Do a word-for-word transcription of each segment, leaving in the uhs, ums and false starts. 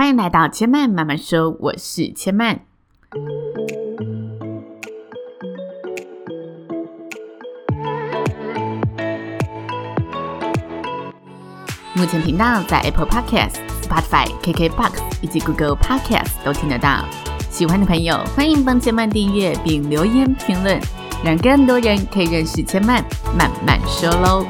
欢迎来到千曼慢慢说，我是千曼。目前频道在 Apple Podcast、Spotify、K K B O X 以及 Google Podcast 都听得到。喜欢的朋友欢迎帮千曼订阅并留言评论，让更多人可以认识千曼慢慢说咯。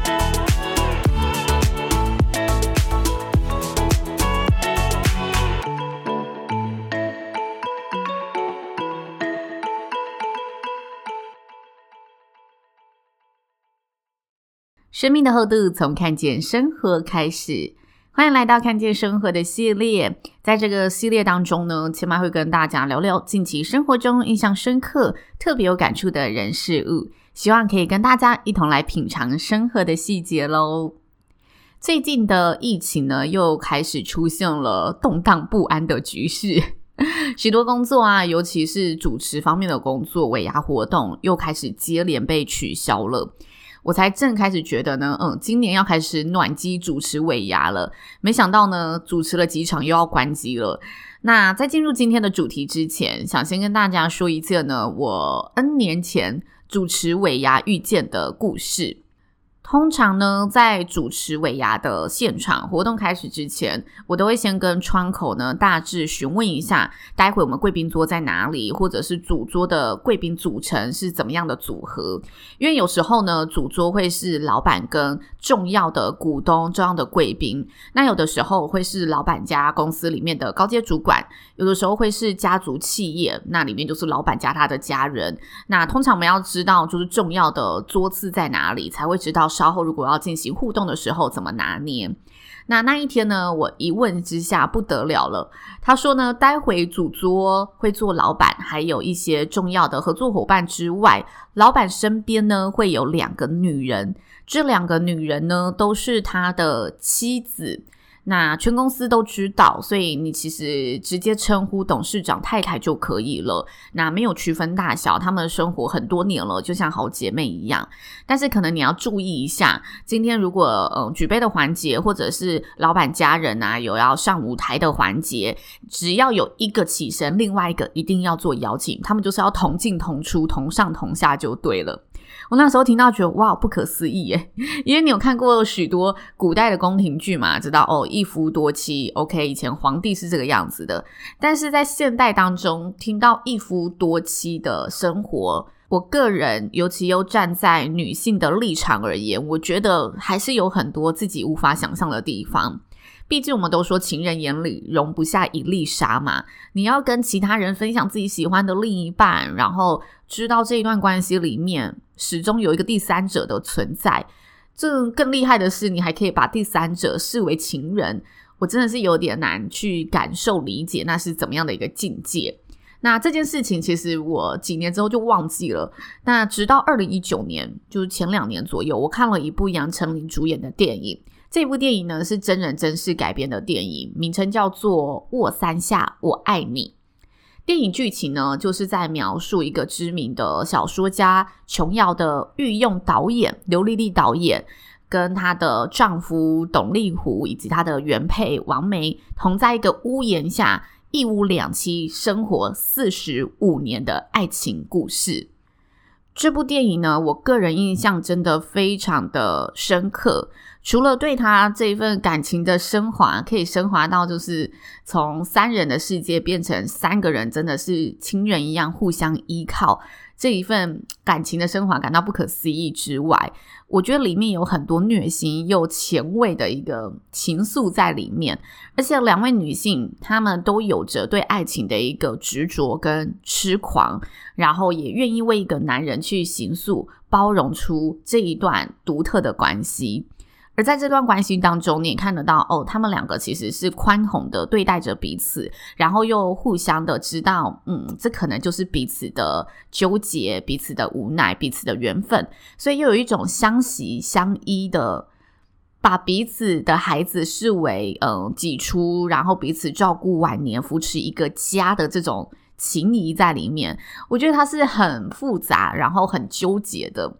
生命的厚度从看见生活开始，欢迎来到看见生活的系列。在这个系列当中呢，千曼会跟大家聊聊近期生活中印象深刻、特别有感触的人事物，希望可以跟大家一同来品尝生活的细节咯。最近的疫情呢，又开始出现了动荡不安的局势，许多工作啊，尤其是主持方面的工作，尾牙活动又开始接连被取消了。我才正开始觉得呢，嗯，今年要开始暖机主持尾牙了，没想到呢，主持了几场又要关机了。那在进入今天的主题之前，想先跟大家说一次呢，我 N 年前主持尾牙遇见的故事。通常呢，在主持尾牙的现场活动开始之前，我都会先跟窗口呢大致询问一下，待会我们贵宾桌在哪里，或者是主桌的贵宾组成是怎么样的组合。因为有时候呢，主桌会是老板跟重要的股东、重要的贵宾，那有的时候会是老板家公司里面的高阶主管，有的时候会是家族企业，那里面就是老板加他的家人。那通常我们要知道就是重要的桌次在哪里，才会知道稍后如果要进行互动的时候怎么拿捏。那那一天呢，我一问之下不得了了，他说呢，待会主桌会做老板还有一些重要的合作伙伴之外，老板身边呢会有两个女人，这两个女人呢都是他的妻子。那全公司都知道，所以你其实直接称呼董事长太太就可以了，那没有区分大小，他们生活很多年了，就像好姐妹一样。但是可能你要注意一下，今天如果呃举杯的环节，或者是老板家人啊有要上舞台的环节，只要有一个起身，另外一个一定要做邀请，他们就是要同进同出，同上同下就对了。我那时候听到觉得哇不可思议耶，因为你有看过许多古代的宫廷剧嘛，知道哦一夫多妻 OK， 以前皇帝是这个样子的。但是在现代当中听到一夫多妻的生活，我个人尤其又站在女性的立场而言，我觉得还是有很多自己无法想象的地方。毕竟我们都说情人眼里容不下一粒沙嘛，你要跟其他人分享自己喜欢的另一半，然后知道这一段关系里面始终有一个第三者的存在，这更厉害的是你还可以把第三者视为情人，我真的是有点难去感受理解那是怎么样的一个境界。那这件事情其实我几年之后就忘记了，那直到二零一九年，就是前两年左右，我看了一部杨丞琳主演的电影。这部电影呢是真人真事改编的电影，名称叫做《握三下我爱你》。电影剧情呢就是在描述一个知名的小说家琼瑶的御用导演刘丽丽导演跟她的丈夫董立虎以及她的原配王梅同在一个屋檐下一夫两妻生活四十五年的爱情故事。这部电影呢，我个人印象真的非常的深刻，除了对他这一份感情的升华，可以升华到就是从三人的世界变成三个人真的是亲人一样互相依靠，这一份感情的升华感到不可思议之外，我觉得里面有很多虐心又前卫的一个情愫在里面，而且两位女性她们都有着对爱情的一个执着跟痴狂，然后也愿意为一个男人去形塑包容出这一段独特的关系。而在这段关系当中，你也看得到哦，他们两个其实是宽宏的对待着彼此，然后又互相的知道嗯，这可能就是彼此的纠结，彼此的无奈，彼此的缘分，所以又有一种相惜相依的把彼此的孩子视为嗯己出，然后彼此照顾晚年，扶持一个家的这种情谊在里面。我觉得它是很复杂然后很纠结的，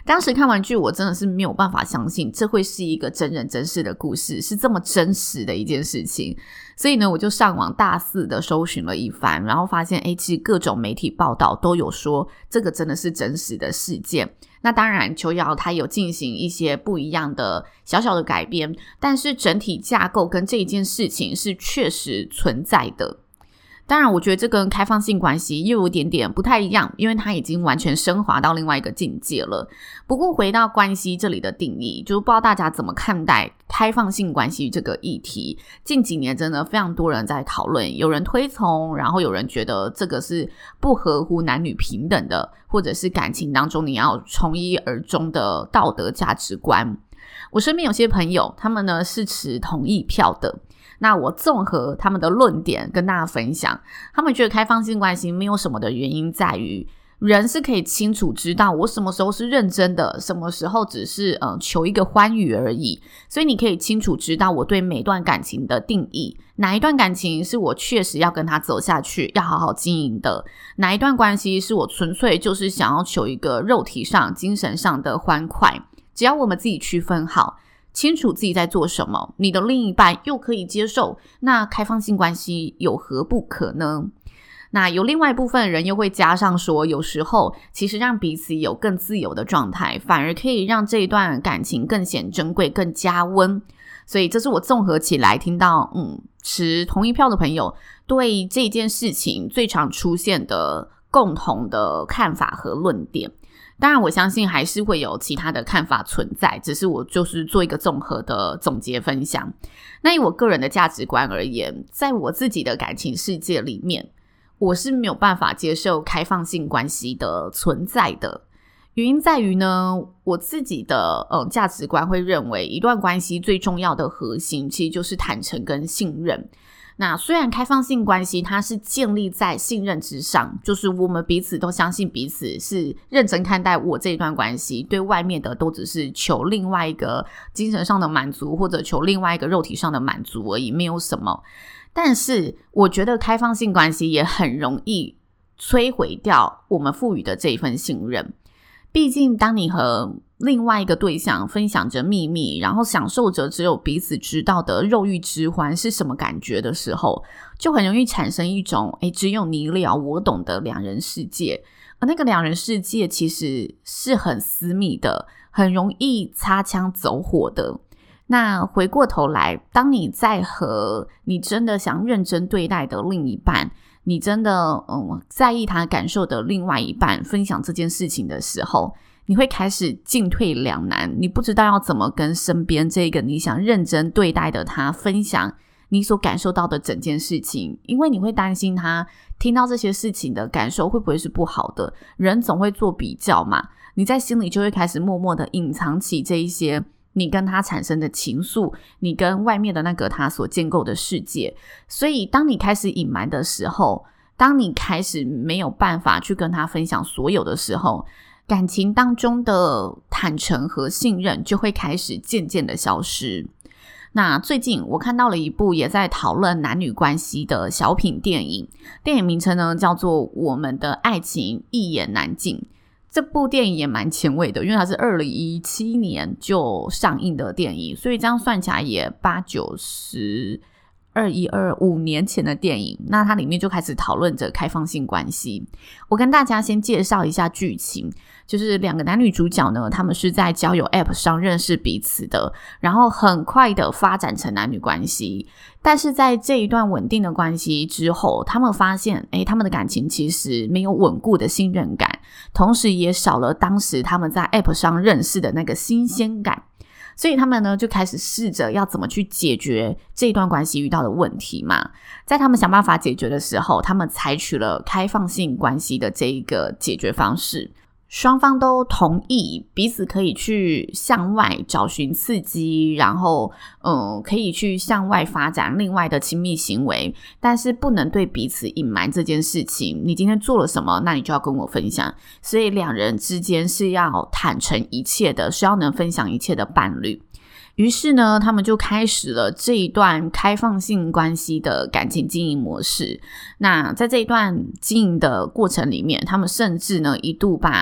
当时看完剧，我真的是没有办法相信这会是一个真人真事的故事，是这么真实的一件事情。所以呢，我就上网大肆的搜寻了一番，然后发现诶，其实各种媒体报道都有说这个真的是真实的事件。那当然琼瑶她有进行一些不一样的小小的改编，但是整体架构跟这一件事情是确实存在的。当然我觉得这跟开放性关系又有一点点不太一样，因为它已经完全升华到另外一个境界了。不过回到关系这里的定义，就不知道大家怎么看待开放性关系这个议题。近几年真的非常多人在讨论，有人推崇，然后有人觉得这个是不合乎男女平等的，或者是感情当中你要从一而终的道德价值观。我身边有些朋友他们呢是持同意票的，那我综合他们的论点跟大家分享，他们觉得开放性关系没有什么的原因在于人是可以清楚知道我什么时候是认真的，什么时候只是呃求一个欢愉而已。所以你可以清楚知道我对每段感情的定义，哪一段感情是我确实要跟他走下去，要好好经营的，哪一段关系是我纯粹就是想要求一个肉体上精神上的欢快。只要我们自己区分好，清楚自己在做什么，你的另一半又可以接受，那开放性关系有何不可呢？那有另外一部分人又会加上说，有时候其实让彼此有更自由的状态，反而可以让这一段感情更显珍贵，更加温。所以这是我综合起来听到嗯，持同一票的朋友对这件事情最常出现的共同的看法和论点。当然我相信还是会有其他的看法存在，只是我就是做一个综合的总结分享。那以我个人的价值观而言，在我自己的感情世界里面，我是没有办法接受开放性关系的存在的。原因在于呢，我自己的呃价值观会认为一段关系最重要的核心其实就是坦诚跟信任。那虽然开放性关系它是建立在信任之上，就是我们彼此都相信彼此是认真看待我这一段关系，对外面的都只是求另外一个精神上的满足，或者求另外一个肉体上的满足而已，没有什么。但是我觉得开放性关系也很容易摧毁掉我们赋予的这一份信任。毕竟当你和另外一个对象分享着秘密，然后享受着只有彼此知道的肉欲之欢是什么感觉的时候，就很容易产生一种诶只有你了我懂的两人世界。而那个两人世界其实是很私密的，很容易擦枪走火的。那回过头来，当你在和你真的想认真对待的另一半，你真的嗯在意他感受的另外一半分享这件事情的时候，你会开始进退两难，你不知道要怎么跟身边这个你想认真对待的他分享你所感受到的整件事情，因为你会担心他听到这些事情的感受会不会是不好的。人总会做比较嘛，你在心里就会开始默默的隐藏起这一些你跟他产生的情愫，你跟外面的那个他所建构的世界。所以当你开始隐瞒的时候，当你开始没有办法去跟他分享所有的时候，感情当中的坦诚和信任就会开始渐渐的消失。那最近我看到了一部也在讨论男女关系的小品电影，电影名称呢叫做《我们的爱情一言难尽》。这部电影也蛮前卫的，因为它是二零一七年就上映的电影，所以这样算起来也八九十二一二五年前的电影。那它里面就开始讨论着开放性关系。我跟大家先介绍一下剧情，就是两个男女主角呢，他们是在交友 App 上认识彼此的，然后很快的发展成男女关系。但是在这一段稳定的关系之后，他们发现诶他们的感情其实没有稳固的信任感，同时也少了当时他们在 App 上认识的那个新鲜感。所以他们呢就开始试着要怎么去解决这一段关系遇到的问题嘛。在他们想办法解决的时候，他们采取了开放性关系的这一个解决方式。双方都同意彼此可以去向外找寻刺激，然后嗯，可以去向外发展另外的亲密行为，但是不能对彼此隐瞒这件事情。你今天做了什么，那你就要跟我分享。所以两人之间是要坦诚一切的，是要能分享一切的伴侣。于是呢，他们就开始了这一段开放性关系的感情经营模式。那在这一段经营的过程里面，他们甚至呢一度把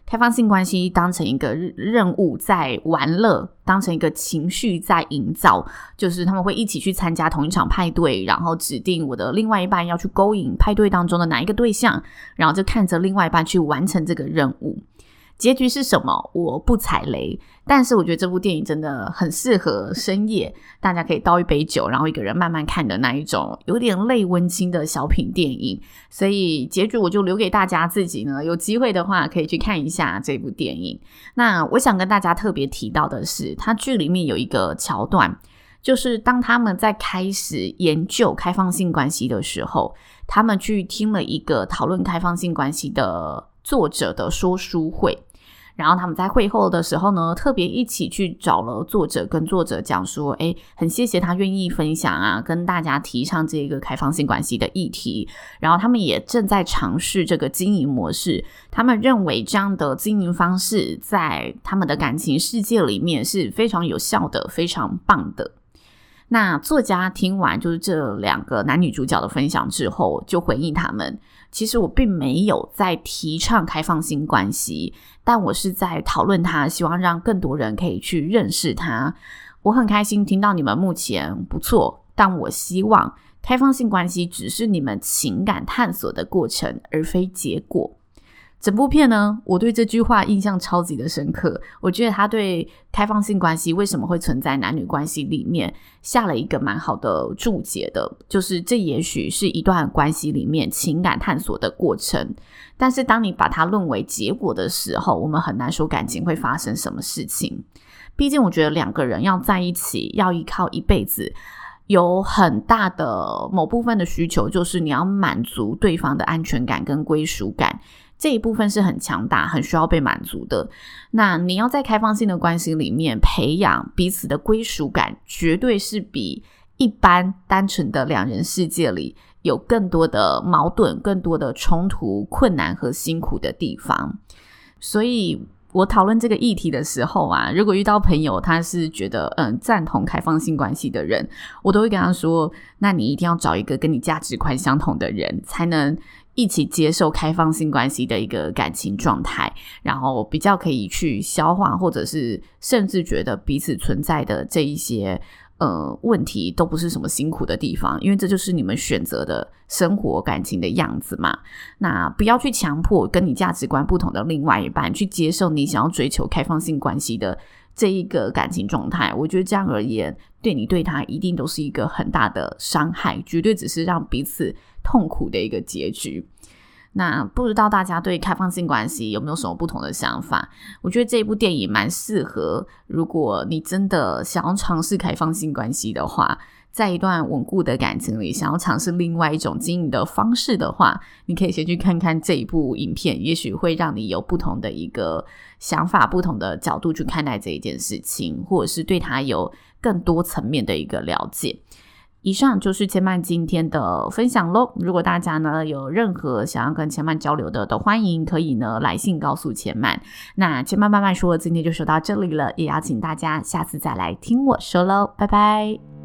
开放性关系当成一个任务在玩乐，当成一个情绪在营造，就是他们会一起去参加同一场派对，然后指定我的另外一半要去勾引派对当中的哪一个对象，然后就看着另外一半去完成这个任务。结局是什么我不踩雷，但是我觉得这部电影真的很适合深夜大家可以倒一杯酒，然后一个人慢慢看的那一种有点类温馨的小品电影，所以结局我就留给大家自己呢，有机会的话可以去看一下这部电影。那我想跟大家特别提到的是，它剧里面有一个桥段，就是当他们在开始研究开放性关系的时候，他们去听了一个讨论开放性关系的作者的说书会，然后他们在会后的时候呢，特别一起去找了作者，跟作者讲说，诶，很谢谢他愿意分享啊，跟大家提倡这个开放性关系的议题，然后他们也正在尝试这个经营模式，他们认为这样的经营方式在他们的感情世界里面是非常有效的，非常棒的。那作家听完就是这两个男女主角的分享之后，就回应他们，其实我并没有在提倡开放性关系，但我是在讨论它，希望让更多人可以去认识它。我很开心听到你们目前不错，但我希望开放性关系只是你们情感探索的过程，而非结果。整部片呢，我对这句话印象超级的深刻，我觉得他对开放性关系为什么会存在男女关系里面下了一个蛮好的注解的，就是这也许是一段关系里面情感探索的过程，但是当你把它论为结果的时候，我们很难说感情会发生什么事情。毕竟我觉得两个人要在一起，要依靠一辈子，有很大的某部分的需求，就是你要满足对方的安全感跟归属感，这一部分是很强大，很需要被满足的。那你要在开放性的关系里面培养彼此的归属感，绝对是比一般单纯的两人世界里有更多的矛盾，更多的冲突、困难和辛苦的地方。所以我讨论这个议题的时候啊，如果遇到朋友他是觉得嗯赞同开放性关系的人，我都会跟他说，那你一定要找一个跟你价值观相同的人，才能一起接受开放性关系的一个感情状态，然后比较可以去消化，或者是甚至觉得彼此存在的这一些呃问题都不是什么辛苦的地方，因为这就是你们选择的生活感情的样子嘛。那不要去强迫跟你价值观不同的另外一半去接受你想要追求开放性关系的这一个感情状态，我觉得这样而言对你对他一定都是一个很大的伤害，绝对只是让彼此痛苦的一个结局。那不知道大家对开放性关系有没有什么不同的想法？我觉得这一部电影蛮适合，如果你真的想要尝试开放性关系的话，在一段稳固的感情里想要尝试另外一种经营的方式的话，你可以先去看看这一部影片，也许会让你有不同的一个想法，不同的角度去看待这一件事情，或者是对它有更多层面的一个了解。以上就是千曼今天的分享咯，如果大家呢有任何想要跟千曼交流的，都欢迎可以呢来信告诉千曼。那千曼慢慢说今天就说到这里了，也邀请大家下次再来听我说咯，拜拜。